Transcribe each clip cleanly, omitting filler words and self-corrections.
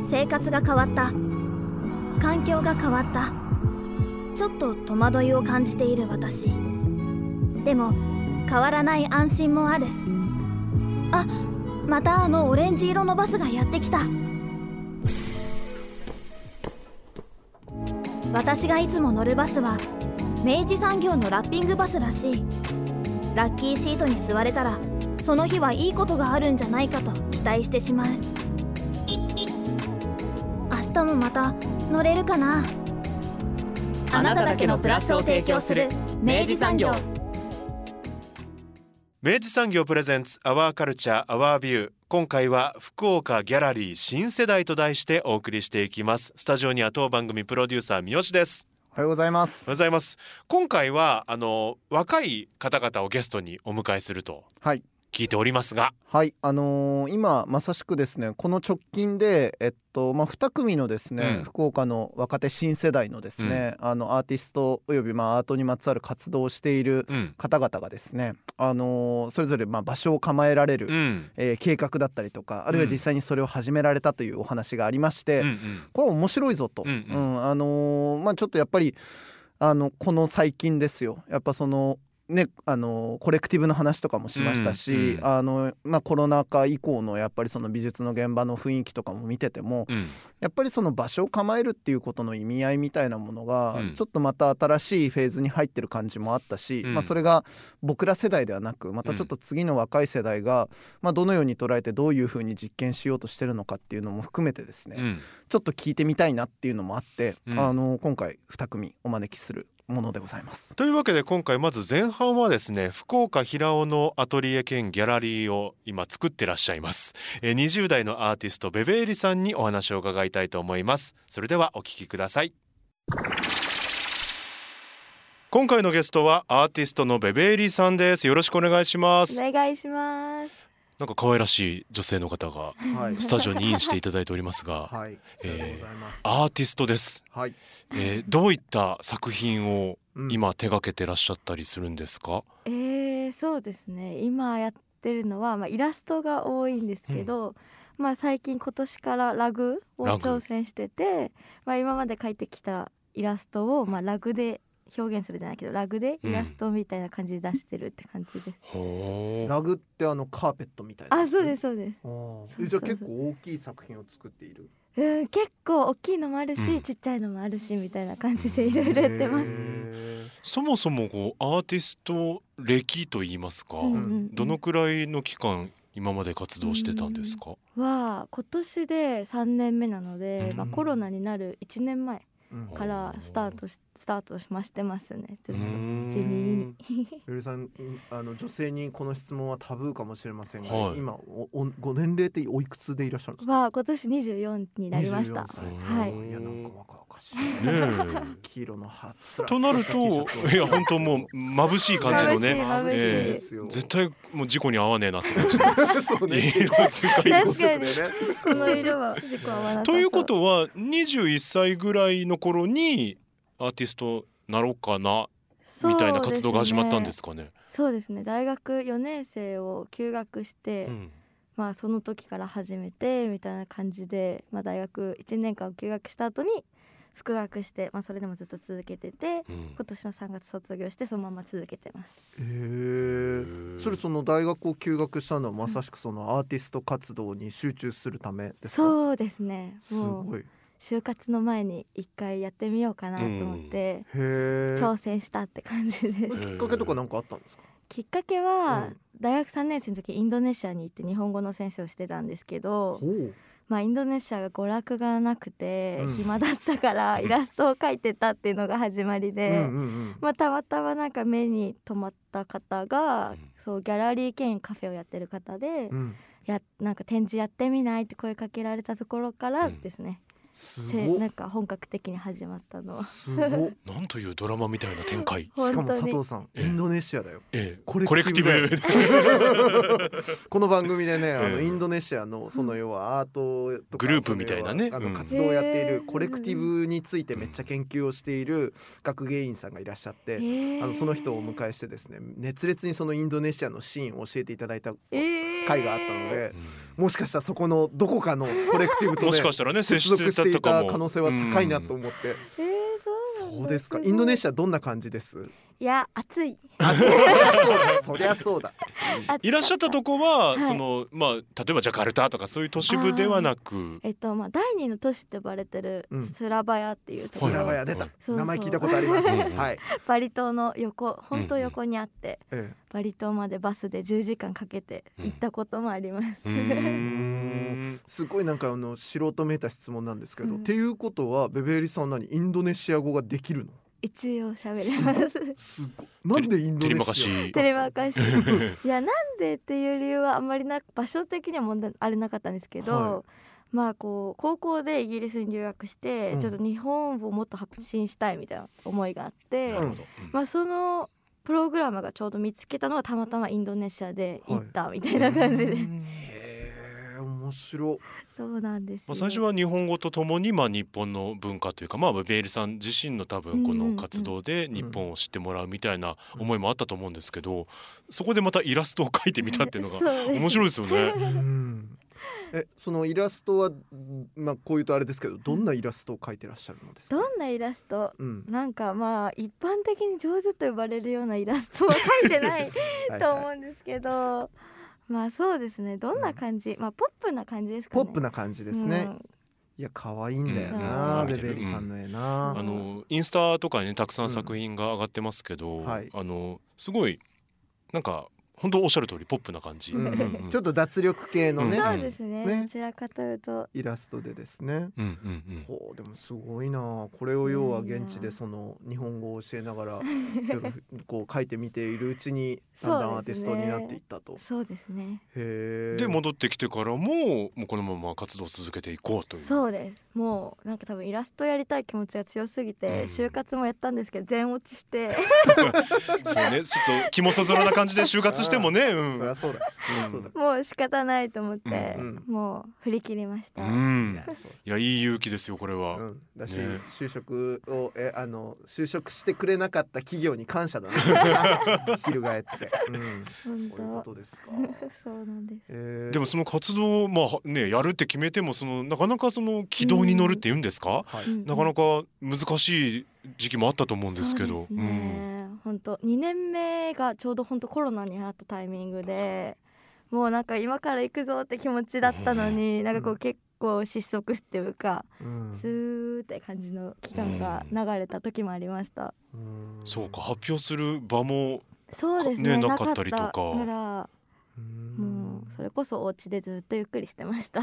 生活が変わった。環境が変わった。ちょっと戸惑いを感じている私。でも変わらない安心もある。あ、またあのオレンジ色のバスがやってきた。私がいつも乗るバスは明治産業のラッピングバスらしい。ラッキーシートに座れたらその日はいいことがあるんじゃないかと期待してしまう。明日もまた乗れるかな。 あなただけのプラスを提供する明治産業。 明治産業プレゼンツアワーカルチャーアワービュー。今回は福岡ギャラリー新世代と題してお送りしていきます。スタジオには当番組プロデューサー三好です。 おはようございます。 おはようございます。今回は若い方々をゲストにお迎えすると聞いておりますが、 はい、今まさしくですね、この直近で2組のですね、福岡の若手新世代のですね、アーティストおよびアートにまつわる活動をしている方々がですね、それぞれ場所を構えられる、計画だったりとか、あるいは実際にそれを始められたというお話がありまして、これ面白いぞと、ちょっとやっぱりこの最近ですよ、やっぱそのね、コレクティブの話とかもしましたし、コロナ禍以降のやっぱりその美術の現場の雰囲気とかも見てても、やっぱりその場所を構えるっていうことの意味合いみたいなものがちょっとまた新しいフェーズに入ってる感じもあったし、それが僕ら世代ではなくまたちょっと次の若い世代がどのように捉えてどういうふうに実験しようとしてるのかっていうのも含めてですね、ちょっと聞いてみたいなっていうのもあって、今回2組お招きするものでございます。 というわけで今回まず前半はですね、福岡平尾のアトリエ兼ギャラリーを今作ってらっしゃいます、20代のアーティストベベーリさんにお話を伺いたいと思います。それではお聞きください。今回のゲストはアーティストのベベーリさんです。よろしくお願いします。 お願いします。 なんか可愛らしい女性の方がスタジオにインしていただいておりますが、アーティストです、どういった作品を今手掛けてらっしゃったりするんですか？ そうですね、今やってるのは、イラストが多いんですけど、最近今年からラグを挑戦してて、今まで描いてきたイラストを、ラグで表現するじゃないけどラグでイラストみたいな感じで出してるって感じです、 ラグってカーペットみたいな、 そうですそうです。 じゃあ結構大きい作品を作っている？ 結構大きいのもあるし、ちっちゃいのもあるしみたいな感じでいろいろやってます。 そもそもアーティスト歴といいますか、どのくらいの期間今まで活動してたんですか？ 今年で3年目なので、コロナになる1年前からスタートしましてますね。ずっと地味にベルさん、女性にこの質問はタブーかもしれませんが、今ご年齢っておいくつでいらっしゃるんですか？ 今年24になりました。 いや、なんか若々しい黄色のハッとなると、いや本当もう眩しい感じのね、絶対もう事故に合わねえなって感じそうね、 確かにこの色は事故合わなさそう。 ということは21歳ぐらいの頃にアーティストなろうかなみたいな活動が始まったんですかね？ そうですね、大学4年生を休学して、その時から始めてみたいな感じで、大学1年間を休学した後に復学して、それでもずっと続けてて、今年の3月卒業してそのまま続けてます。 それその大学を休学したのはまさしくそのアーティスト活動に集中するためですか？ そうですね、 すごい。 就活の前に一回やってみようかなと思って、挑戦したって感じです。 きっかけとか何かあったんですか？ きっかけは、大学3年生の時インドネシアに行って日本語の先生をしてたんですけど、インドネシアが娯楽がなくて、暇だったからイラストを描いてたっていうのが始まりで、たまたまなんか目に留まった方が、そうギャラリー兼カフェをやってる方で、なんか展示やってみないって声かけられたところからですね、なんか本格的に始まったのはすごなんというドラマみたいな展開。 しかも佐藤さん、インドネシアだよ、 コレクティブこの番組でね、インドネシアのその要はアートとかグループみたいなね、 活動をやっているコレクティブについてめっちゃ研究をしている学芸員さんがいらっしゃって、その人をお迎えしてですね、熱烈にそのインドネシアのシーンを教えていただいた回があったので、 もしかしたらそこのどこかのコレクティブとねもしかしたらね接接続していた可能性は高いなと思思ってそうそうですか。インドネシアどんな感じです？ いや暑いそりゃそうだいらっしゃったとこは、 はいそのまあ例えばジャカルタとかそういう都市部ではなく、 まあ第二の都市って呼ばれてるうんスラバヤっていうとこスろ、 ラバヤ出たそう名前聞いたことありますうんはい、 バリ島の本当横にあって、 えバリ島までバスで10時間かけて行ったこともあります、 うーんすごいなんか素人めいた質問なんですけど、 うんっていうことはベベーリさんは何インドネシア語ができるの？ 一応喋れますすごいなんでインドテレネシマカシテレマかしいやなんでっていう理由はあんまり場所的には問題あれなかったんですけど、 はまあこう高校でイギリスに留学して、 うんちょっと日本をもっと発信したいみたいな思いがあって、 なるほど、 まあそのプログラムがちょうど見つけたのがたまたまインドネシアで行ったみたいな感じで、 へー面白そうなんですよ、 まあ、最初は日本語とともにまあ日本の文化というか、まあ、ベールさん自身の多分この活動で日本を知ってもらうみたいな思いもあったと思うんですけど、そこでまたイラストを描いてみたっていうのがそうです面白いですよね。 そのイラストはまあこういうとあれですけどどんなイラストを描いてらっしゃるのですか？ どんなイラストうんなんかまあ一般的に上手と呼ばれるようなイラストは描いてないと思うんですけどまあそうですねどんな感じ、まあポップな感じですかね。 ポップな感じですね、 うんいや可愛いんだような、 んベベリさんの絵な、 インスタとかにねたくさん作品が上がってますけど、 はいすごいなんか本当おっしゃる通りポップな感じ、 うんうんうんちょっと脱力系のね、 うんそうですねねどちらかというとイラストでですね、 うんうんうんほうでもすごいなこれを要は現地でその日本語を教えながらこう書いてみているうちにだんだんアーティストになっていったと、 そうですねへえで戻ってきてからもうこのまま活動を続けていこうという。 そうですもうなんか多分イラストやりたい気持ちが強すぎて、 うん就活もやったんですけど全落ちしてそうねちょっと気もそぞろな感じで就活してもね、うんそりゃそうだ、そうだもう仕方ないと思って、 うんもう振り切りました、 うんいやそういやいい勇気ですよこれは、 うん、だし、 ね就職を就職してくれなかった企業に感謝だね翻って、そういうことですか、 そうなんですでもその活動をまあねやるって決めてもなかなかその軌道に乗るっていうんですか、 はい、 うんなかなか難しい時期もあったと思うんですけどそうですね、本当2年目がちょうど本当コロナになったタイミングでもうなんか今から行くぞって気持ちだったのに、なんかこう結構失速っていうか、スーって感じの期間が流れた時もありました、 そうか発表する場もそうですねなかったりとかなかったからもうそれこそお家でずっとゆっくりしてました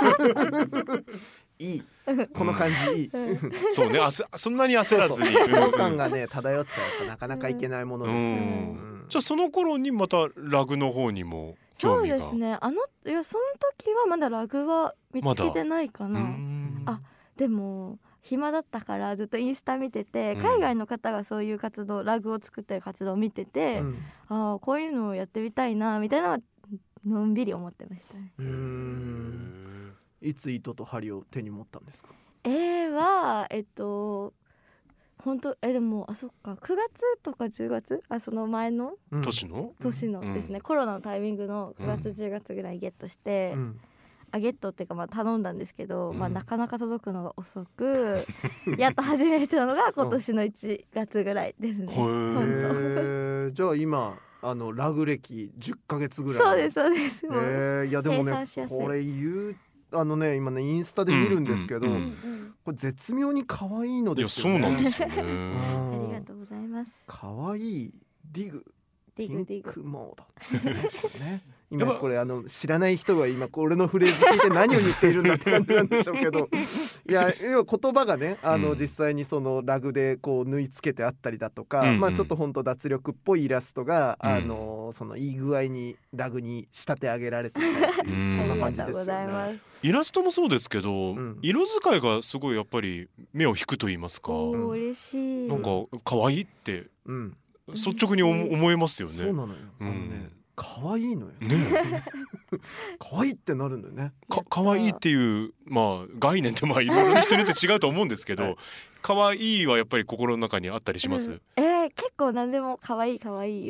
いいこの感じいい、 そうねそんなに焦らずにそうそう感がね漂っちゃうとなかなかいけないものですよ、 じゃあその頃にまたラグの方にも興味がそうですねいやその時はまだラグは見つけてないかな、あでも暇だったからずっとインスタ見てて、海外の方がそういう活動ラグを作ってる活動を見てて、あこういうのをやってみたいなみたいなのはのんびり思ってましたね。 いつ糸と針を手に持ったんですか？ は本当でもそっか9月とか10月その前の年のですね、コロナのタイミングの9月10月ぐらいゲットして、ゲットっていうかまあ頼んだんですけど、まあなかなか届くのが遅くやっと始めたのが今年の1月ぐらいですね。 じゃあ今ラグ歴10ヶ月ぐらい。 そうですそうです。 いやでもねこれ今ねインスタで見るんですけど、これ絶妙に可愛いのですよね。 いやそうなんですよねありがとうございます。 可愛いディグピンクモードね。今これ知らない人は今俺のフレーズ聞いて何を言っているんだって感じなんでしょうけどいや要は言葉がね実際にそのラグでこう縫い付けてあったりだとか、まあちょっと本当脱力っぽいイラストがそのいい具合にラグに仕立て上げられていたっていうこんな感じですよね。 イラストもそうですけど、色使いがすごいやっぱり目を引くと言いますか、 嬉しい。 なんか可愛いって、率直に思えますよね。 そうなのよ。可愛いのよ。可愛いってなるんだよね。 可愛いっていう概念っていろいろ人によって違うと思うんですけど、可愛いはやっぱり心の中にあったりします。 結構何でも可愛い可愛い言っちゃっ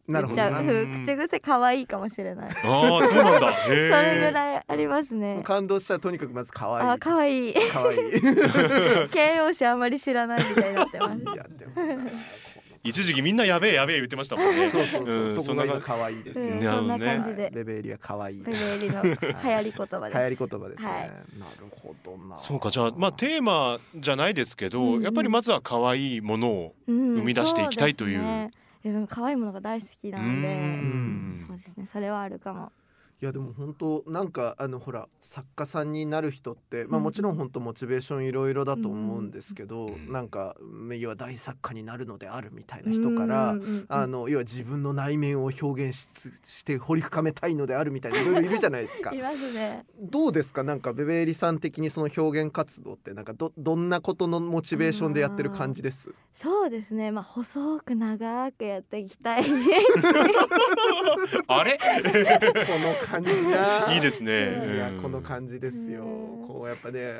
なるほどな。 口癖可愛いかもしれない。 ああそうなんだ。 それぐらいありますね。 感動したらとにかくまず可愛い。 可愛い。 可愛い。 形容詞あんまり知らないみたいになってます。 いやでも一時期みんなやべえ言ってましたもんね。 そうそうそう、 うんそこが今可愛いですよね。 そんな感じで、 ベベーリは可愛い。 ベベーリの流行り言葉です。 流行り言葉ですね。 はい、 なるほどな。 そうか、じゃあまあテーマじゃないですけど、やっぱりまずは可愛いものを生み出していきたいという。 でも可愛いものが大好きなので、そうですね、それはあるかも。 いやでも本当なんかほら作家さんになる人って、まあ、もちろん本当モチベーションいろいろだと思うんですけど、なんか要は大作家になるのであるみたいな人から、要は自分の内面を表現して掘り深めたいのであるみたいないろいろいるじゃないですか。 いますね。 どうですか、なんかベベーリさん的にその表現活動ってなんか どんなことのモチベーションでやってる感じです？ そうですね、まあ細く長くやっていきたいあれこの感じな。 いいですね。 いやこの感じですよ。こうやっぱね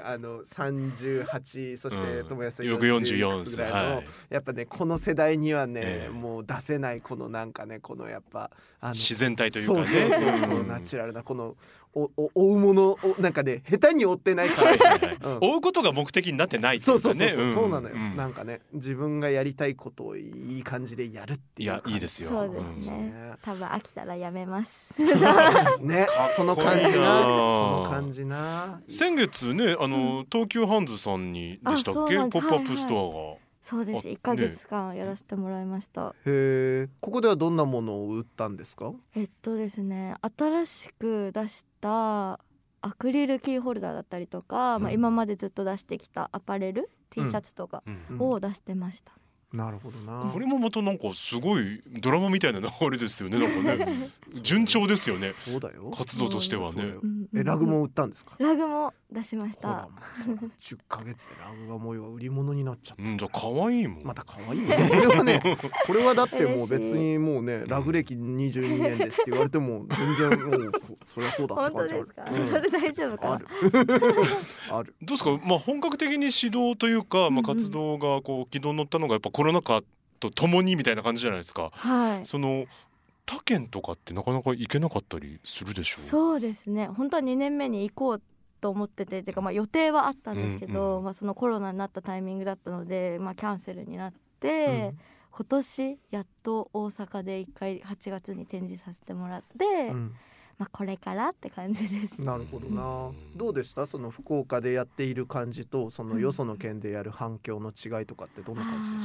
38、そして友安さん40ぐらいの、はい、やっぱねこの世代にはね、もう出せないこのなんかねこのやっぱ自然体というかね、 そうナチュラルなこの追うものをなんかね下手に追ってないから、 追うことが目的になってないっていうかね。 そうなのよ。なんかね自分がやりたいことをいい感じでやるっていう。 いやいいですよ。 そうですね。多分飽きたらやめます。 ね、その感じな、その感じな。 先月ね東急ハンズさんにでしたっけ、ポップアップストアが。 そうです。1ヶ月間やらせてもらいました。 へえ。ここではどんなものを売ったんですか？ ですね、新しく出したアクリルキーホルダーだったりとか、今までずっと出してきたアパレル、T シャツとかを出してました。 なるほどな。 これもまたなんかすごいドラマみたいな流れですよね。なんかね順調ですよね。 そうだよ。 活動としてはね。 ラグも売ったんですか？ ラグも出しました。 10ヶ月でラグがもう売り物になっちゃった。 じゃあ可愛いもん。 また可愛いね。これはね、これはだってもう別にもうねラグ歴22年ですって言われても全然もうそりゃそうだって感じある。 本当ですか？それ大丈夫か？ ある。 どうですか。まあ本格的に指導というか、活動がこう軌道に乗ったのがやっぱコロナ禍とともにみたいな感じじゃないですか。 はい。 その他県とかってなかなか行けなかったりするでしょう。 そうですね。本当は2年目に行こうと思ってて、てか予定はあったんですけど、そのコロナになったタイミングだったので、キャンセルになって、今年やっと大阪で1回8月に展示させてもらって、これからって感じです。 なるほどな。どうでした？その福岡でやっている感じとそのよその県でやる反響の違いとかってどんな感じでした？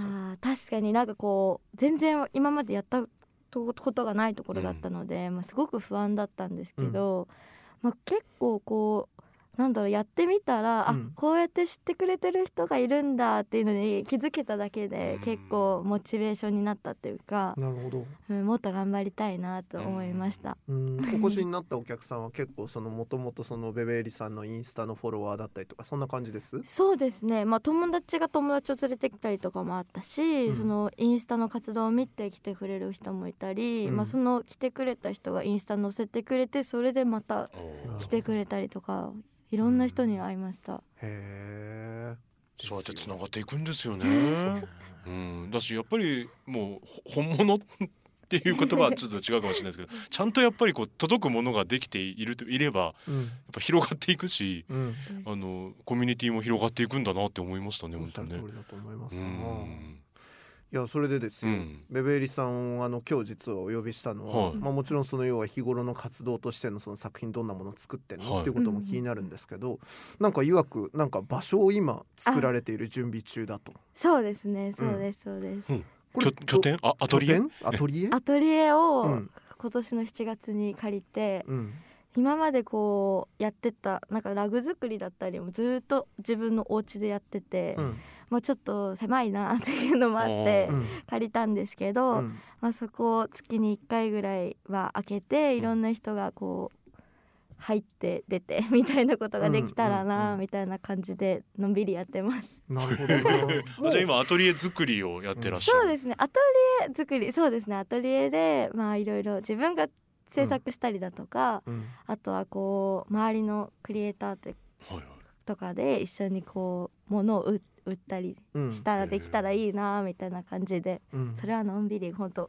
確かになんかこう全然今までやったことがないところだったので、すごく不安だったんですけど、結構こうやってみたら、こうやって知ってくれてる人がいるんだっていうのに気づけただけで結構モチベーションになったっていうか、 なるほど、 もっと頑張りたいなと思いました。 お越しになったお客さんは結構もともとそのベベーリさんのインスタのフォロワーだったりとかそんな感じです？ そうですね、友達が友達を連れてきたりとかもあったし、そのインスタの活動を見て来てくれる人もいたり、その来てくれた人がインスタ載せてくれてそれでまた来てくれたりとかいろんな人に会いました。 へえ。 そうやってつながっていくんですよね。だしやっぱりもう本物っていう言葉はちょっと違うかもしれないですけどちゃんとやっぱりこう届くものができていれば、やっぱ広がっていくし、コミュニティも広がっていくんだなって思いましたね。本当ね。 おっしゃる通りだと思います。いやそれでですよ、ベベーリさんを今日実はお呼びしたのは、もちろんその要は日頃の活動としてのその作品どんなものを作ってんの、っていうことも気になるんですけど、なんか曰くなんか場所を今作られている準備中だと。 そうですね、そうですそうです。 拠点アトリエアトリエを今年の7月に借りて、今までこうやってたなんかラグ作りだったりもずっと自分のお家でやってて、もうちょっと狭いなっていうのもあって借りたんですけど、そこを月に1回ぐらいは開けていろんな人がこう入って出てみたいなことができたらなみたいな感じでのんびりやってます。 なるほど。 じゃあ今アトリエ作りをやってらっしゃる。 そうですね、アトリエ作り、そうですね、アトリエでいろいろ自分が制作したりだとか、あとはこう周りのクリエイターとかで一緒にこう物を売ったりしたらできたらいいなみたいな感じで、それはのんびり本当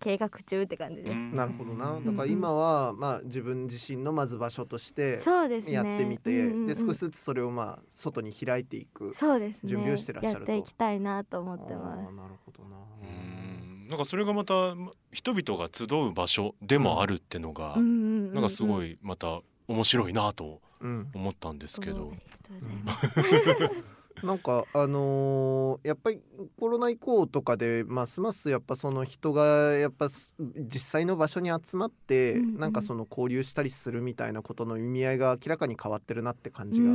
計画中って感じです。 なるほどな。だから今はまあ自分自身のまず場所としてそうですねやってみて、で少しずつそれをまあ外に開いていくそうですね準備をしてらっしゃると。 やっていきたいなと思ってます。 なるほどな。 なんかそれがまた人々が集う場所でもあるってのが、なんかすごいまた面白いなと思ったんですけど、 なんかやっぱりコロナ以降とかでますますやっぱその人がやっぱ実際の場所に集まって、なんかその交流したりするみたいなことの意味合いが明らかに変わってるなって感じがあって、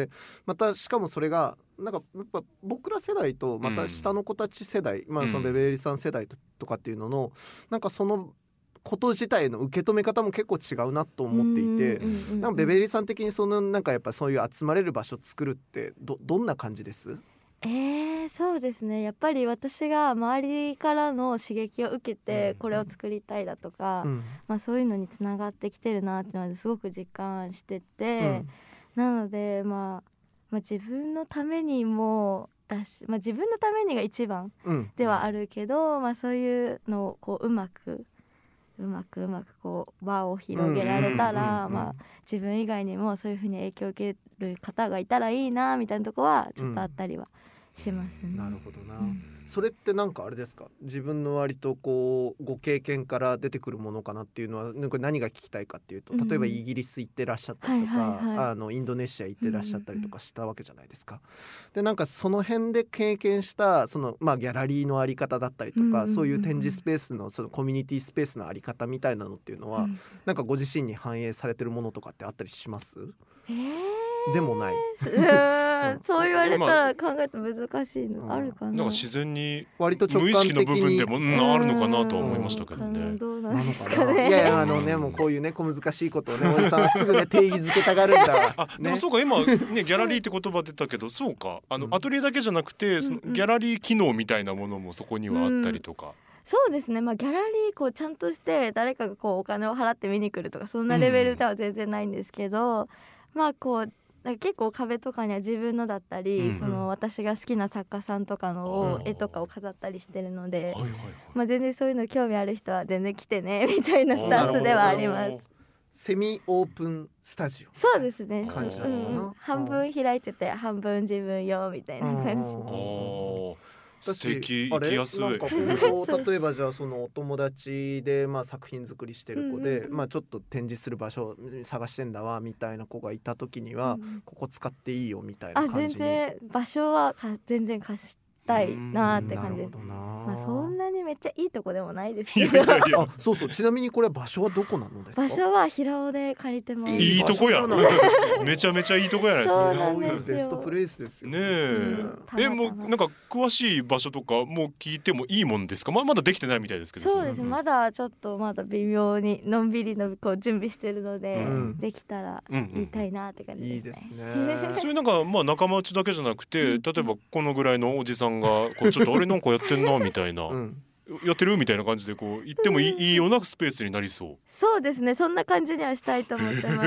でまたしかもそれがなんかやっぱ僕ら世代とまた下の子たち世代、まあそのベベエリさん世代とかっていうののなんかそのこと自体の受け止め方も結構違うなと思っていて、なんかベベエリさん的にそのなんかやっぱそういう集まれる場所作るってどんな感じです？ そうですね、やっぱり私が周りからの刺激を受けてこれを作りたいだとか、まあ、そういうのにつながってきてるなっていうのはすごく実感してて、なので、まあ自分のためにもだし、自分のためにが一番ではあるけど、そういうのをこううまくこう輪を広げられたら、自分以外にもそういう風に影響を受ける方がいたらいいなみたいなとこはちょっとあったりはしますね。 なるほどな。それってなんかあれですか、自分の割とこうご経験から出てくるものかなっていうのは、なんか何が聞きたいかっていうと、例えばイギリス行ってらっしゃったりとか、インドネシア行ってらっしゃったりとかしたわけじゃないですか。でなんかその辺で経験したその、ギャラリーのあり方だったりとか、そういう展示スペースのそのコミュニティスペースのあり方みたいなのっていうのは、なんかご自身に反映されてるものとかってあったりします？でもないそう言われたら考えて難しいのあるかな。 なんか自然に割と直無意識の感的に部分でもあるのかなとは思いましたけどね。 どうなんですかね。 いやもうこういうね難しいことをねおじさんはすぐね定義づけたがるんだわ。 でもそうか、今ねギャラリーって言葉出たけど、そうか、アトリエだけじゃなくてそのギャラリー機能みたいなものもそこにはあったりとか。 そうですね、ギャラリーこうちゃんとして誰かがこうお金を払って見に来るとかそんなレベルでは全然ないんですけど、こうなんか結構壁とかには自分のだったり、その私が好きな作家さんとかの絵とかを飾ったりしてるので、全然そういうの興味ある人は全然来てねみたいなスタンスではあります。 セミオープンスタジオ。 そうですね、 感じなのかな。 半分開いてて半分自分用みたいな感じ。 素敵、行きやすい。 なんか例えばじゃあそのお友達で作品作りしてる子で、ちょっと展示する場所探してんだわみたいな子がいた時には、ここ使っていいよみたいな感じに。 全然場所は全然貸したいなって感じです。そんなにめっちゃいいとこでもないですけど。 そうちなみにこれ場所はどこなのですか？ 場所は平尾で借りてます。 いいとこやめちゃめちゃいいとこやないですか。 ベストプレイスですよね。もうなんか詳しい場所とかもう聞いてもいいもんですか？まだできてないみたいですけど。 そうですね、まだちょっと微妙にのんびりのこう準備してるので、できたら言いたいなって感じですね。 いいですね。 そういうなんか仲間内だけじゃなくて、例えばこのぐらいのおじさんがこうちょっとあれなんかやってんなみたいな、やってるみたいな感じでこう行ってもいいようなスペースになりそう。 そうですね、そんな感じにはしたいと思ってます。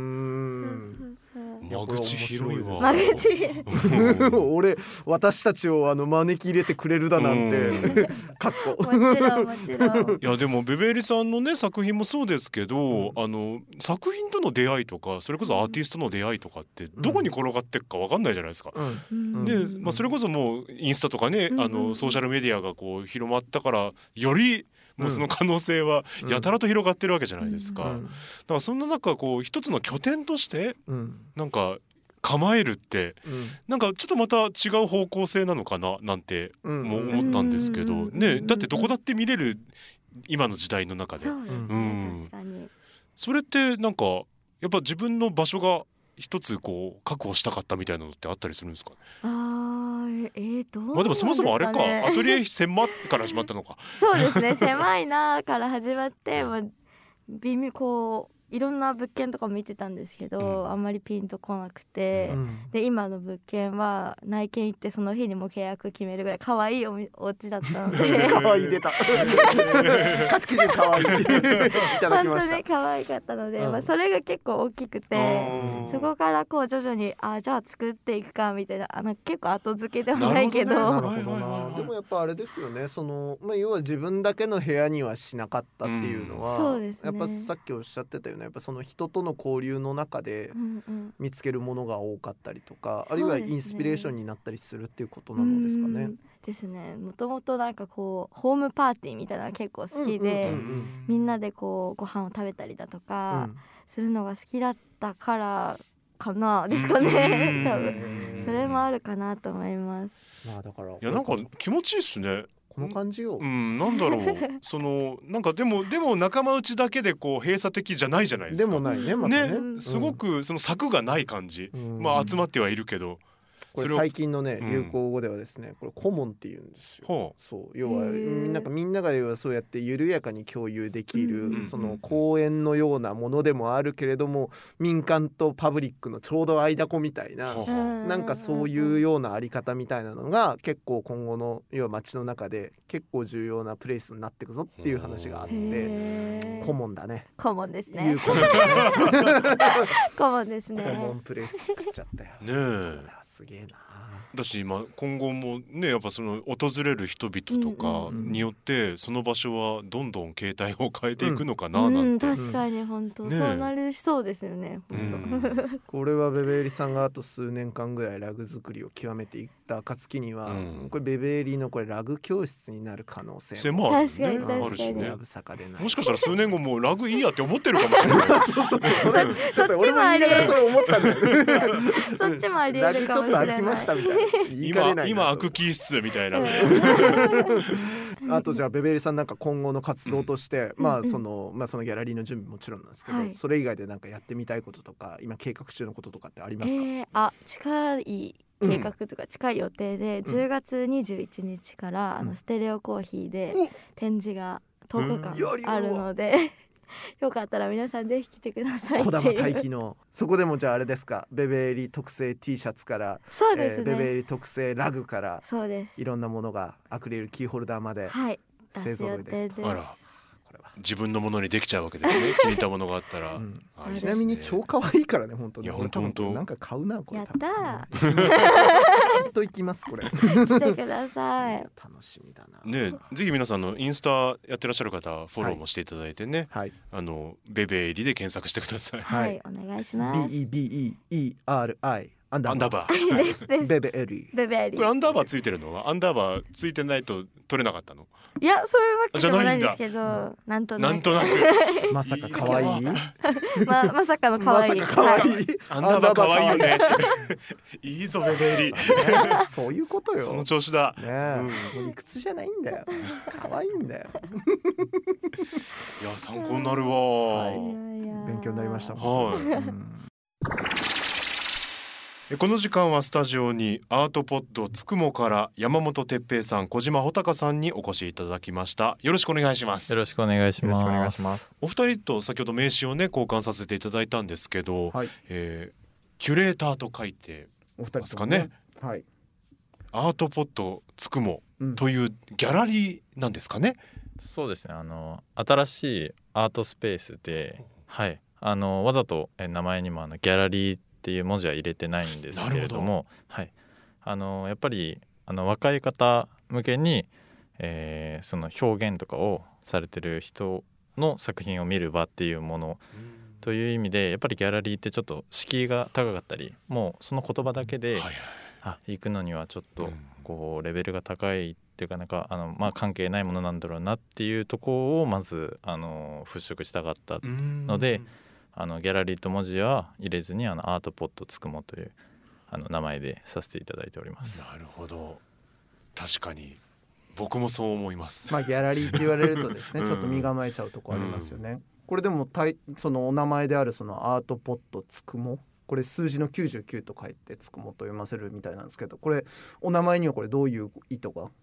間口広いわ。 俺私たちを招き入れてくれるだなんてかっこもちろん。 いやでもベベエリさんのね作品もそうですけど、作品との出会いとかそれこそアーティストの出会いとかってどこに転がっていくか分かんないじゃないですか。で、それこそもうインスタとかね、ソーシャルメディアがこう広まったからよりもうその可能性はやたらと広がってるわけじゃないですか。だからそんな中こう一つの拠点としてなんか構えるって、なんかちょっとまた違う方向性なのかななんても思ったんですけどね。だってどこだって見れる今の時代の中で、それってなんかやっぱ自分の場所が一つこう確保したかったみたいなのってあったりするんですか？ どうなんですかね。 でもそもそもあれか、アトリエ狭から始まったのか。 そうですね、狭いなから始まって、微妙こういろんな物件とか見てたんですけど、あんまりピンとこなくて、で今の物件は内見行ってその日にも契約決めるぐらい可愛いお家だったので可愛い出た価値基準可愛いいただきました。 本当に可愛かったので、それが結構大きくて、 そこからこう徐々にじゃあ作っていくかみたいな結構後付けではないけど、 なるほどな。でもやっぱあれですよね、要は自分だけの部屋にはしなかったっていうのは、 そうですね、 やっぱさっきおっしゃってたよね、やっぱその人との交流の中で見つけるものが多かったりとか、あるいはインスピレーションになったりするっていうことなのですかね。 ですね。もともとなんかこうホームパーティーみたいなのが結構好きで、みんなでこうご飯を食べたりだとかするのが好きだったからかなですかね。多分それもあるかなと思います。 まあだからいやなんか気持ちいいっすね。 この感じよ。 なんだろうなんかでも仲間内だけでこう閉鎖的じゃないじゃないですか。 でもないね、またね。 すごくその柵がない感じ。まあ集まってはいるけど。 これ最近のね流行語ではですね、これコモンって言うんですよ。そう要はなんかみんなが要はそうやって緩やかに共有できるその公園のようなものでもあるけれども、民間とパブリックのちょうど間子みたいな、なんかそういうようなあり方みたいなのが結構今後の要は街の中で結構重要なプレイスになっていくぞっていう話があって、コモンだね。 コモンですね。コモンですね。 コモンプレイス作っちゃったよ。 ねえ。 すげえな。 だし今後もねやっぱその訪れる人々とかによってその場所はどんどん形態を変えていくのかななんて、 確かに本当、そうなりそうですよね。 これはベベエリさんがあと数年間ぐらいラグ作りを極めていった暁には、これベベエリのこれラグ教室になる可能性もあるしね。 あるしね。 ラグ坂でない。 もしかしたら数年後もうラグいいやって思ってるかもしれない。 ちょっと俺も言いながらそれ思ったんだよ。 そっちもあり得るかもしれない。 ラグちょっと飽きましたみたいな。 今開く気質みたいな。 あとじゃあベベエリさんなんか今後の活動として、そのギャラリーの準備もちろんなんですけど、それ以外でなんかやってみたいこととか今計画中のこととかってありますか？ 近い計画とか近い予定で、10月21日からステレオコーヒーで展示が10日間あるので、よかったら皆さんぜひ来てください。 児玉大輝のそこでもじゃああれですか、ベベエリ特製 T シャツから、 そうですね、 ベベエリ特製ラグから、 そうです、 いろんなものがアクリルキーホルダーまで勢ぞろいですと。 あら、自分のものにできちゃうわけですね。気に入ったものがあったら、 ちなみに超可愛いからね、本当に。 いや本当なんか買うなこれ。 やったきっと行きますこれ。 来てください。 楽しみだな。 ね、ぜひ皆さんのインスタやってらっしゃる方フォローもしていただいてね、ベベエリで検索してください。 はい、お願いします。 BEBEERIアンダーバーベベエリ。 ベベエリ。 これアンダーバーついてるのはアンダーバーついてないと取れなかったの？ いや、そういうわけでもないんですけど、なんとなくまさか可愛いまさかの可愛い。 アンダーバー可愛いよね。いいぞベベエリ。 そういうことよ。 その調子だ。 理屈じゃないんだよ。可愛いんだよ。 いや参考になるわ。 勉強になりました。 この時間はスタジオにアートポッドつくもから山本哲平さん、小島穂高さんにお越しいただきました。よろしくお願いします。 よろしくお願いします。 お二人と先ほど名刺をね交換させていただいたんですけど、キュレーターと書いてますかね。アートポッドつくもというギャラリーなんですかね。 そうですね、新しいアートスペースで、わざと名前にもギャラリーっていう文字は入れてないんですけれども、やっぱり若い方向けに、その表現とかをされてる人の作品を見る場っていうものという意味で、やっぱりギャラリーってちょっと敷居が高かったり、もうその言葉だけで、行くのにはちょっとこうレベルが高いっていうか、なんか関係ないものなんだろうなっていうところをまず払拭したかったので、ギャラリーと文字は入れずにアートポッドつくもという名前でさせていただいております。 なるほど、確かに僕もそう思います。 ギャラリーって言われるとですねちょっと身構えちゃうとこありますよね。これでもそのお名前であるそのアートポッドつくも、これ数字の99と書いてつくもと読ませるみたいなんですけど、これお名前にはこれどういう意図が？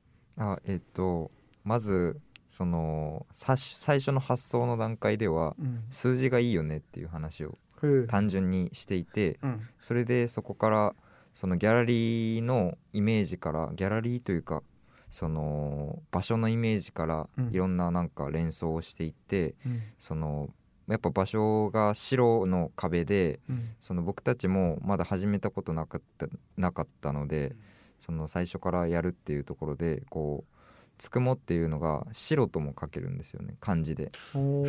まずその最初の発想の段階では、数字がいいよねっていう話を単純にしていて、それでそこからそのギャラリーのイメージから、ギャラリーというかその場所のイメージからいろんななんか連想をしていって、そのやっぱ場所が白の壁で、その僕たちもまだ始めたことなかったので、その最初からやるっていうところでこうつくもっていうのが白とも書けるんですよね、漢字で。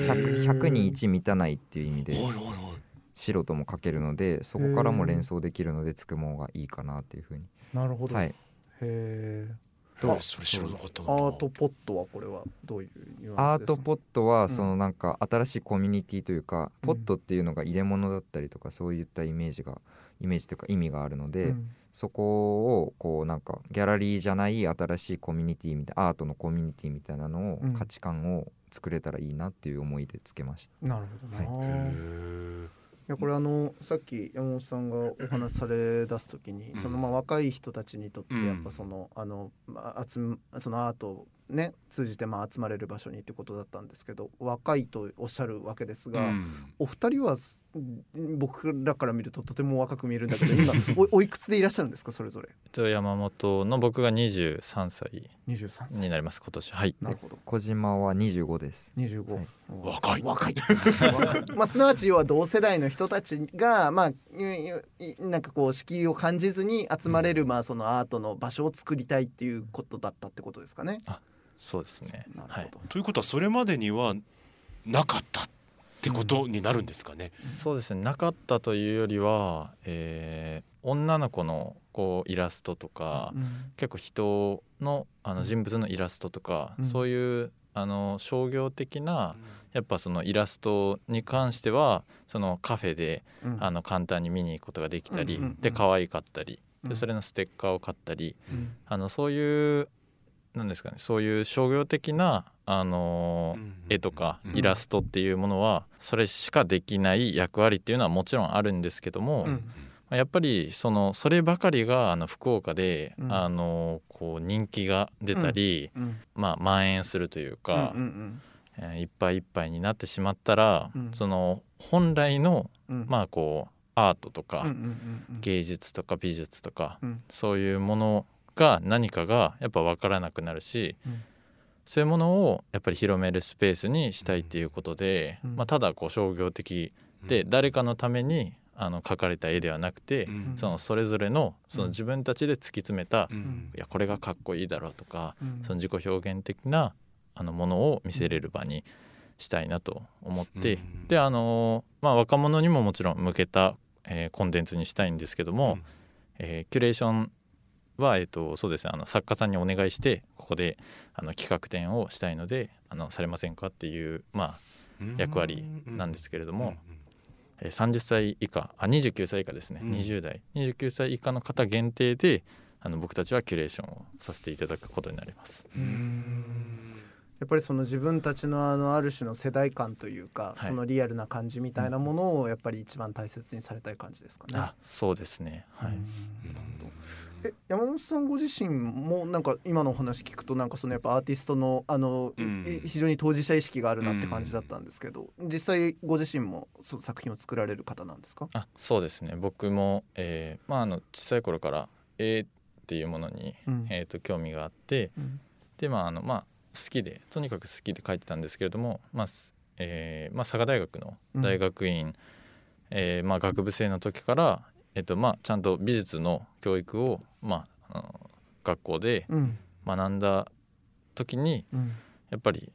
100に1満たないっていう意味で白とも書けるので、そこからも連想できるのでつくもがいいかなっていうふうに。 なるほど、 はい、 へえ。 どうそれ知らなかったな。 アートポットはこれはどういうニュアーアンスですか？ トポットはそのなんか新しいコミュニティというか、ポットっていうのが入れ物だったりとかそういったイメージというか意味があるので、そこをこうなんかギャラリーじゃない新しいコミュニティみたいな、アートのコミュニティみたいなのを、価値観を作れたらいいなっていう思いでつけました。 なるほどな、いやこれさっき山本さんがお話しされ出すときに、その若い人たちにとってやっぱその、そのアートをね通じて集まれる場所にってことだったんですけど、若いとおっしゃるわけですが、お二人は僕らから見るととても若く見えるんだけど今おいくつでいらっしゃるんですかそれぞれ？ 山本の僕が23歳になります今年。はい。 なるほど。 小島は25です。 25、はい、 若いすなわち要は同世代の人たちがなんかこう敷居を感じずに集まれる、そのアートの場所を作りたいっていうことだったってことですかね。 そうですね。 なるほど、 はい、 ということはそれまでにはなかったってことになるんですかね。 そうですね、なかったというよりは、女の子のこうイラストとか、結構人の人物のイラストとか、そういう商業的なやっぱそのイラストに関してはそのカフェで、簡単に見に行くことができたり、で可愛かったりで、それのステッカーを買ったり、そういうなんですかね、そういう商業的な絵とかイラストっていうものはそれしかできない役割っていうのはもちろんあるんですけども、やっぱりそればかりが福岡で、こう人気が出たり、蔓延するというか、いっぱいいっぱいになってしまったら、その本来の、こうアートとか、芸術とか美術とか、そういうものが何かがやっぱ分からなくなるし、そういうものをやっぱり広めるスペースにしたいっていうことで、ただこう商業的で誰かのために描かれた絵ではなくて、それぞれのその自分たちで突き詰めた、いやこれがかっこいいだろうとか、その自己表現的なものを見せれる場にしたいなと思って、で若者にももちろん向けた、コンテンツにしたいんですけども、キュレーションは、そうですね、作家さんにお願いしてここで企画展をしたいのでされませんかっていう、役割なんですけれども、30歳以下29歳以下ですね、20代29歳以下の方限定で僕たちはキュレーションをさせていただくことになります。 やっぱりその自分たちのある種の世代感というか、そのリアルな感じみたいなものをやっぱり一番大切にされたい感じですかね。 そうですね、はい。 山本さんご自身もなんか今のお話聞くとなんかそのやっぱアーティストの非常に当事者意識があるなって感じだったんですけど、実際ご自身もその作品を作られる方なんですか？ そうですね、僕も、小さい頃から絵っていうものに、興味があって、で好きでとにかく好きで描いてたんですけれども、佐賀大学の大学院、学部生の時から、ちゃんと美術の教育を、学校で学んだ時に、やっぱり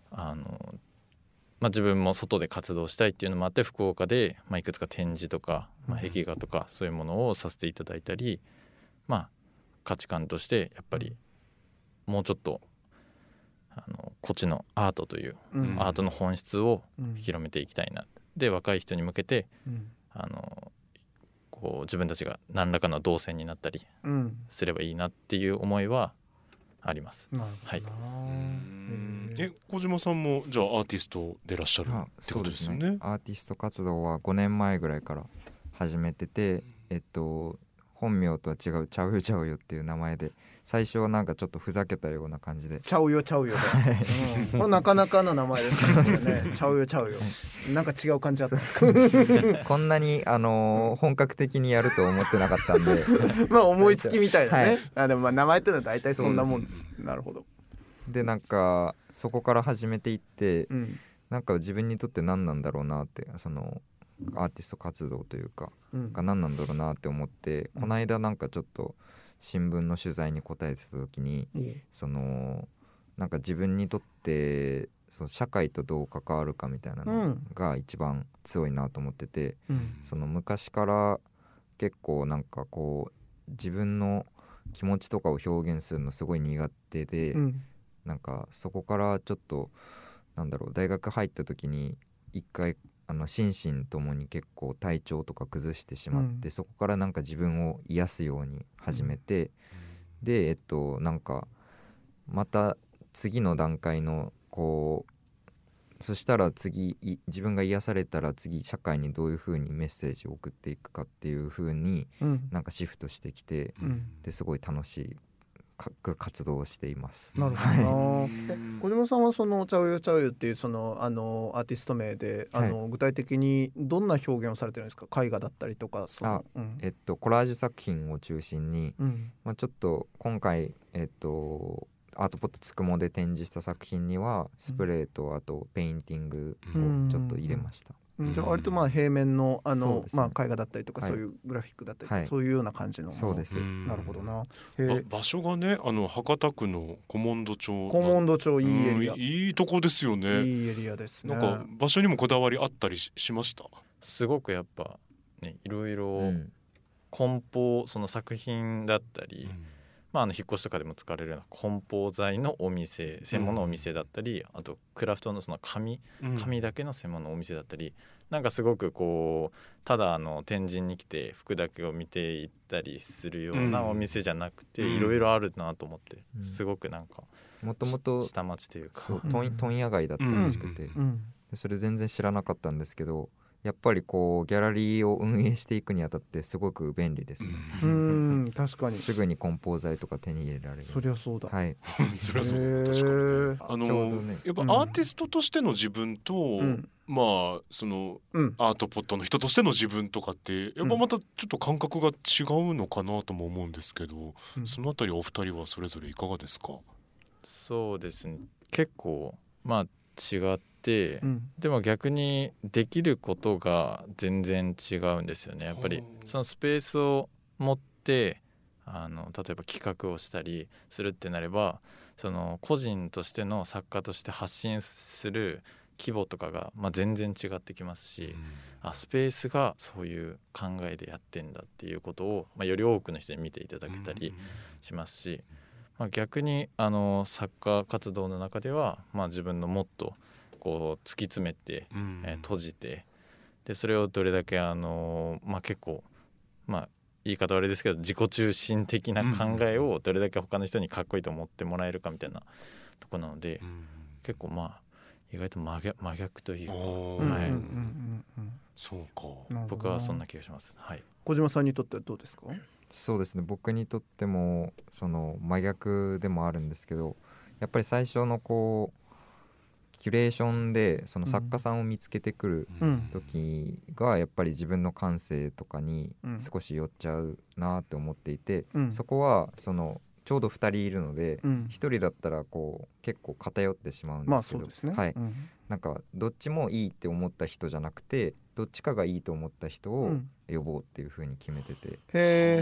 自分も外で活動したいっていうのもあって、福岡で、いくつか展示とか、壁画とかそういうものをさせていただいたり、価値観としてやっぱりもうちょっとこっちのアートという、アートの本質を広めていきたいな、で若い人に向けて、こう自分たちが何らかの動線になったりすればいいなっていう思いはあります。はい。 小島さんもじゃあアーティストでいらっしゃるってことですよね。 そうですね、アーティスト活動は5年前ぐらいから始めてて、本名とは違うちゃうよちゃうよっていう名前で、最初はなんかちょっとふざけたような感じでちゃうよちゃうよこれなかなかの名前ですねちゃうよちゃうよ、なんか違う感じだったこんなに本格的にやると思ってなかったんで思いつきみたいなね、でも名前ってのは大体そんなもんです。なるほど。 でなんかそこから始めていって、 なんか自分にとって何なんだろうなって、そのアーティスト活動というか、が何なんだろうなって思って、この間なんかちょっと新聞の取材に答えてた時に、そのなんか自分にとってその社会とどう関わるかみたいなのが一番強いなと思ってて、その昔から結構なんかこう自分の気持ちとかを表現するのすごい苦手で、なんかそこからちょっとなんだろう、大学入った時に一回心身ともに結構体調とか崩してしまって、そこからなんか自分を癒すように始めて、でなんかまた次の段階のこう、そしたら次自分が癒されたら次社会にどういう風にメッセージを送っていくかっていう風になんかシフトしてきて、ですごい楽しい活動をしています。 なるほどな。小島さんはそのチャウユチャウユっていうそのアーティスト名で具体的にどんな表現をされてるんですか？絵画だったりとかコラージュ作品を中心に、ちょっと今回アートポットつくもで展示した作品にはスプレーとあとペインティングをちょっと入れました。 じゃあ割と平面の絵画だったりとか、そういうグラフィックだったりとか、そういうような感じのもの。 そうです。 なるほどな。 場所がね博多区の古門戸町。 古門戸町、いいエリア、 いいとこですよね。 いいエリアですね。 なんか場所にもこだわりあったりしました？ すごくやっぱね、いろいろ梱包、その作品だったり、引っ越しとかでも使われるような梱包材のお店、専門のお店だったり、あとクラフトのその紙だけの専門のお店だったり、なんかすごくこうただ展示に来て服だけを見ていったりするようなお店じゃなくて、いろいろあるなと思って、すごくなんかもともと下町というか問屋街だったらしくて、それ全然知らなかったんですけど、やっぱりこうギャラリーを運営していくにあたってすごく便利ですね。 確かにすぐに梱包材とか手に入れられる。 そりゃそうだ。 そりゃそうだ。確かにね。やっぱアーティストとしての自分と、そのアートポットの人としての自分とかってやっぱまたちょっと感覚が違うのかなとも思うんですけど、そのあたりお二人はそれぞれいかがですか？ そうですね、結構違って、でも逆にできることが全然違うんですよね。やっぱりそのスペースを持って例えば企画をしたりするってなれば、その個人としての作家として発信する規模とかが全然違ってきますし、スペースがそういう考えでやってんだっていうことを、より多くの人に見ていただけたりしますし、逆に作家活動の中では、自分のもっとこう突き詰めて、閉じて、でそれをどれだけ結構言い方悪いですけど自己中心的な考えをどれだけ他の人にかっこいいと思ってもらえるかみたいなとこなので、結構意外と真逆というか、 そうか、 僕はそんな気がします。 小島さんにとってはどうですか？ そうですね、僕にとってもその真逆でもあるんですけど、やっぱり最初のこうキュレーションでその作家さんを見つけてくる時がやっぱり自分の感性とかに少し寄っちゃうなって思っていて、そこはそのちょうど2人いるので、1人だったらこう結構偏ってしまうんですけど、なんかどっちもいいって思った人じゃなくて、どっちかがいいと思った人を呼ぼうっていう風に決めてて、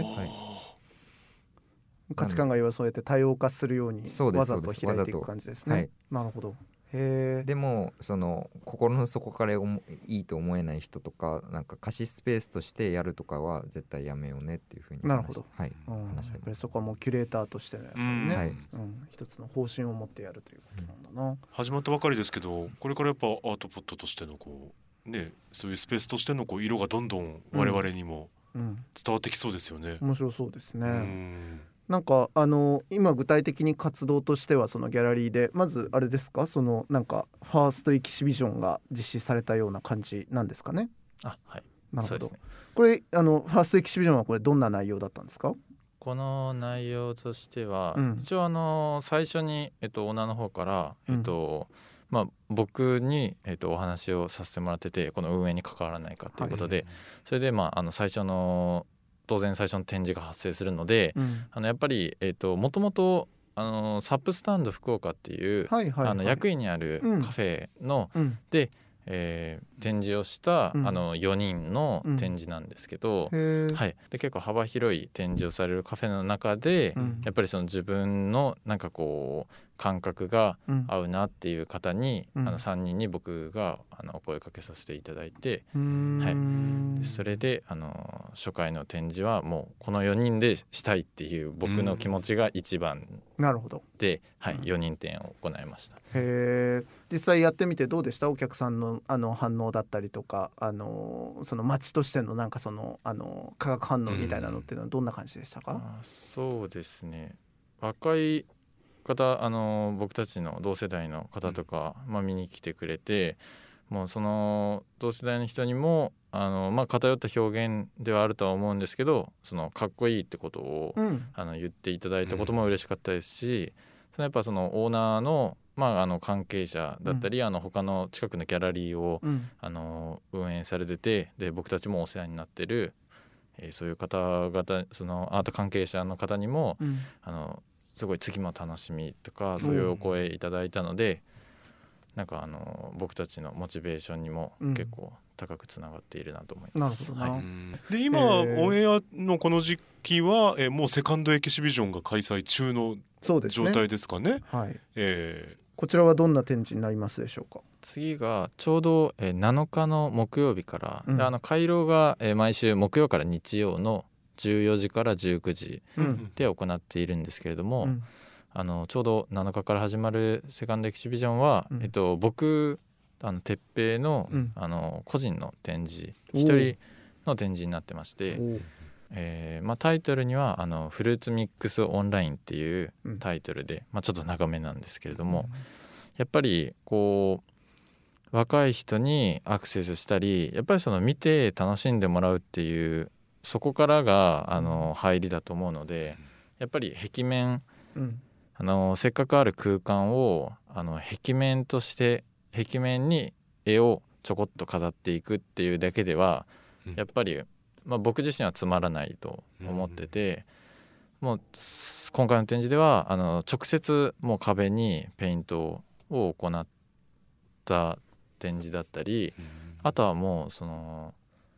価値観がそうやって多様化するようにわざと開いていく感じですね。なるほど。 でもその心の底からいいと思えない人とか、なんか貸しスペースとしてやるとかは絶対やめようねっていうふうに話してます。 やっぱりそこはもうキュレーターとしてね、一つの方針を持ってやるということなんだな。 始まったばかりですけど、これからやっぱアートポットとしてのそういうスペースとしての色がどんどん我々にも伝わってきそうですよね。 面白そうですね。なんか今具体的に活動としてはそのギャラリーでまずあれですか、そのなんかファーストエキシビジョンが実施されたような感じなんですかね？ なるほど。 これファーストエキシビジョンはこれどんな内容だったんですか？ この内容としては、一応最初にオーナーの方から僕にお話をさせてもらってて、この運営に関わらないかということで、それで最初の当然最初の展示が発生するので、やっぱりもともとサップスタンド福岡っていう、役員にあるカフェの、で、展示をした、4人の展示なんですけど、で結構幅広い展示をされるカフェの中で、やっぱりその自分のなんかこう感覚が合うなっていう方に、3人に僕がお声かけさせていただいて、それで初回の展示はもうこの4人でしたいっていう僕の気持ちが一番で、4人展を行いました。 実際やってみてどうでした？お客さんの反応だったりとか、その街としてのなんかその化学反応みたいなのっていうのはどんな感じでしたか？ そうですね、若い方、僕たちの同世代の方とか、見に来てくれて、もうその同世代の人にも偏った表現ではあるとは思うんですけど、そのかっこいいってことを、言っていただいたことも嬉しかったですし、やっぱそのオーナーの関係者だったり、他の近くのギャラリーを、運営されてて、で僕たちもお世話になってる、そういう方々、そのアート関係者の方にも、すごい次も楽しみとかそういうお声いただいたので、なんか僕たちのモチベーションにも結構高くつながっているなと思います。 なるほどな。 で今オンエアのこの時期は、もうセカンドエキシビジョンが開催中の状態ですかね。 こちらはどんな展示になりますでしょうか？ 次がちょうど7日の木曜日から、で回廊が毎週木曜から日曜の14時から19時で行っているんですけれども、ちょうど7日から始まるセカンドエキシビジョンは、僕鉄平の、個人の展示、一人の展示になってまして、タイトルにはフルーツミックスオンラインっていうタイトルで、ちょっと長めなんですけれども、やっぱりこう若い人にアクセスしたり、やっぱりその見て楽しんでもらうっていうそこからが入りだと思うので、やっぱり壁面、せっかくある空間を壁面として壁面に絵をちょこっと飾っていくっていうだけでは、やっぱり、僕自身はつまらないと思ってて、もう今回の展示では直接もう壁にペイントを行った展示だったり、あとはもうその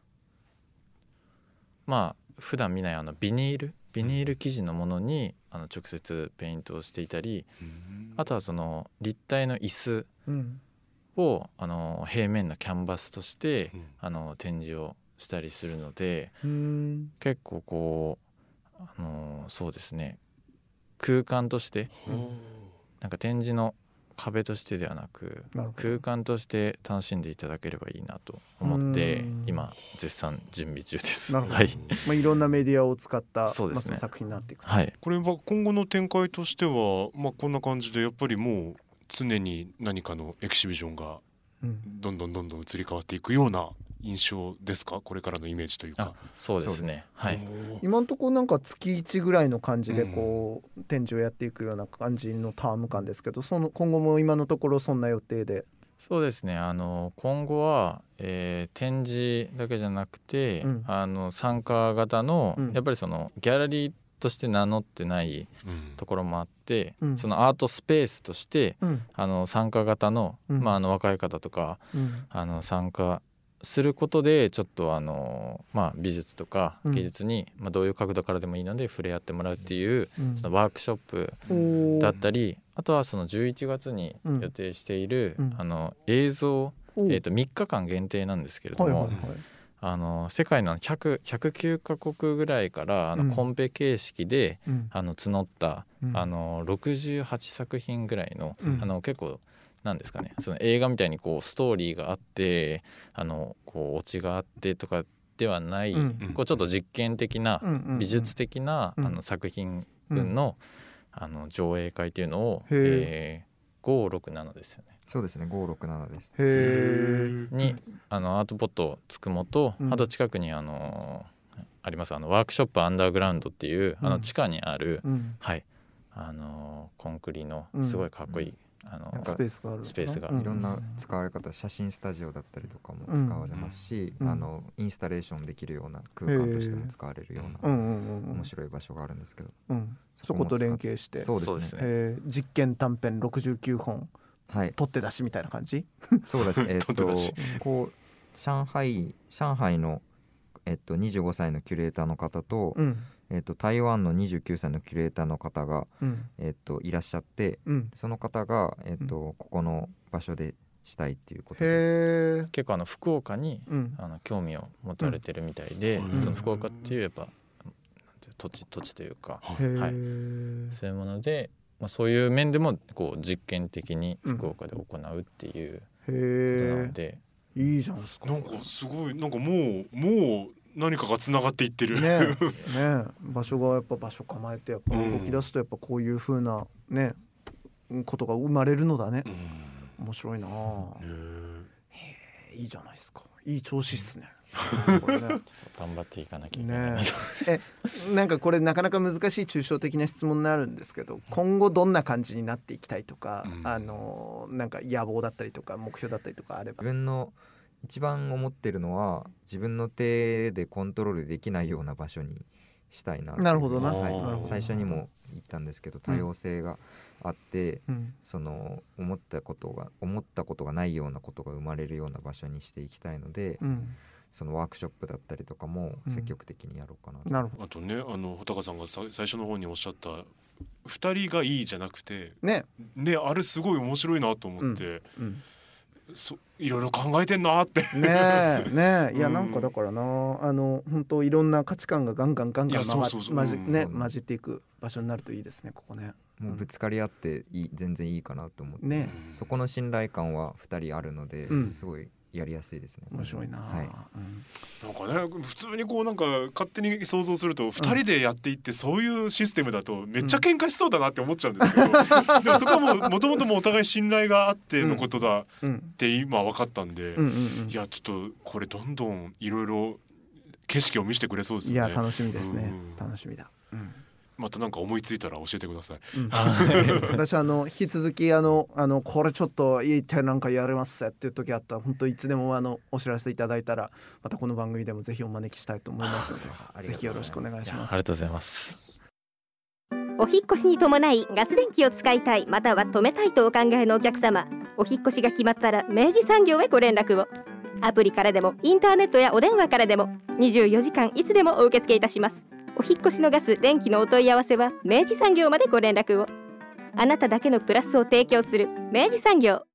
普段見ないビニール生地のものに直接ペイントをしていたり、あとはその立体の椅子を平面のキャンバスとして展示をしたりするので、結構こうそうですね、空間としてなんか展示の壁としてではなく空間として楽しんでいただければいいなと思って今絶賛準備中です。 いろんなメディアを使った作品になっていく、 これは今後の展開としては、こんな感じでやっぱりもう常に何かのエキシビジョンがどんどん移り変わっていくような印象ですか？これからのイメージというか。 そうですね、 今のところなんか月1ぐらいの感じでこう、展示をやっていくような感じのターム感ですけど、今後も今のところそんな予定で？ そうですね、今後は、展示だけじゃなくて、参加型の、やっぱりそのギャラリーとして名乗ってないところもあって、そのアートスペースとして、参加型の、若い方とか、参加することでちょっと美術とか芸術に、どういう角度からでもいいので触れ合ってもらうっていう、そのワークショップだったり、あとはその11月に予定している、映像、3日間限定なんですけれども、世界の109カ国ぐらいからコンペ形式で募った68作品ぐらいの結構なんですかね、その映画みたいにこうストーリーがあってこうオチがあってとかではない、こうちょっと実験的な、美術的な作品の上映会というのを、567ですよね。 そうですね、567です。 にアートポットつくもと、あと近くにありますワークショップアンダーグラウンドっていう地下にある、コンクリのすごいかっこいいスペースがある、 スペースがいろんな使われ方、写真スタジオだったりとかも使われますし、インスタレーションできるような空間としても使われるような面白い場所があるんですけど、 そこと連携して、 そうですね、 実験短編69本、 はい、 取って出しみたいな感じ。 そうです。こう上海の25歳のキュレーターの方と、台湾の29歳のキュレーターの方が、いらっしゃって、その方が、ここの場所でしたいっていうことで、 結構福岡に、興味を持たれてるみたいで、その福岡っていうやっぱ土地というか、そういうもので、そういう面でもこう実験的に福岡で行うっていうことなので、 いいじゃんすか。 なんかすごい、なんかもう何かがつながっていってるね場所がやっぱ場所構えてやっぱ動き出すとやっぱこういう風なねことが生まれるのだね。面白いな。いいじゃないですか。いい調子っすね。 これねちょっと頑張っていかなきゃいけないなんかこれなかなか難しい抽象的な質問になるんですけど、今後どんな感じになっていきたいとか、なんか野望だったりとか目標だったりとかあれば。 自分の一番思ってるのは、自分の手でコントロールできないような場所にしたいな。 なるほどな、 最初にも言ったんですけど、多様性があって、その思ったことがないようなことが生まれるような場所にしていきたいので、そのワークショップだったりとかも積極的にやろうかなと。 なるほど。 あとね、穂高さんが最初の方におっしゃった2人がいいじゃなくてね、 あれすごい面白いなと思って、いろいろ考えてんなってねいやなんかだからな、本当いろんな価値観がガンガン混じっていく場所になるといいですね、ここね。 もうぶつかり合って全然いいかなと思って、そこの信頼感は2人あるので、すごいやりやすいですね。 面白いな。 なんかね、普通にこうなんか勝手に想像すると2人でやっていってそういうシステムだとめっちゃ喧嘩しそうだなって思っちゃうんですけど、でもそこはもともとお互い信頼があってのことだって今分かったんで、いやちょっとこれどんどんいろいろ景色を見せてくれそうですよね。 いや楽しみですね。楽しみだ。 またなんか思いついたら教えてください。 私引き続きこれちょっといいってなんかやれますっていう時あったら本当いつでもお知らせいただいたらまたこの番組でもぜひお招きしたいと思いますので、ぜひよろしくお願いします。 ありがとうございます。 お引越しに伴いガス電気を使いたい、または止めたいとお考えのお客様、お引越しが決まったら明治産業へご連絡を。アプリからでもインターネットやお電話からでも24時間いつでもお受け付けいたします。お引越しのガス・電気のお問い合わせは明治産業までご連絡を。あなただけのプラスを提供する明治産業。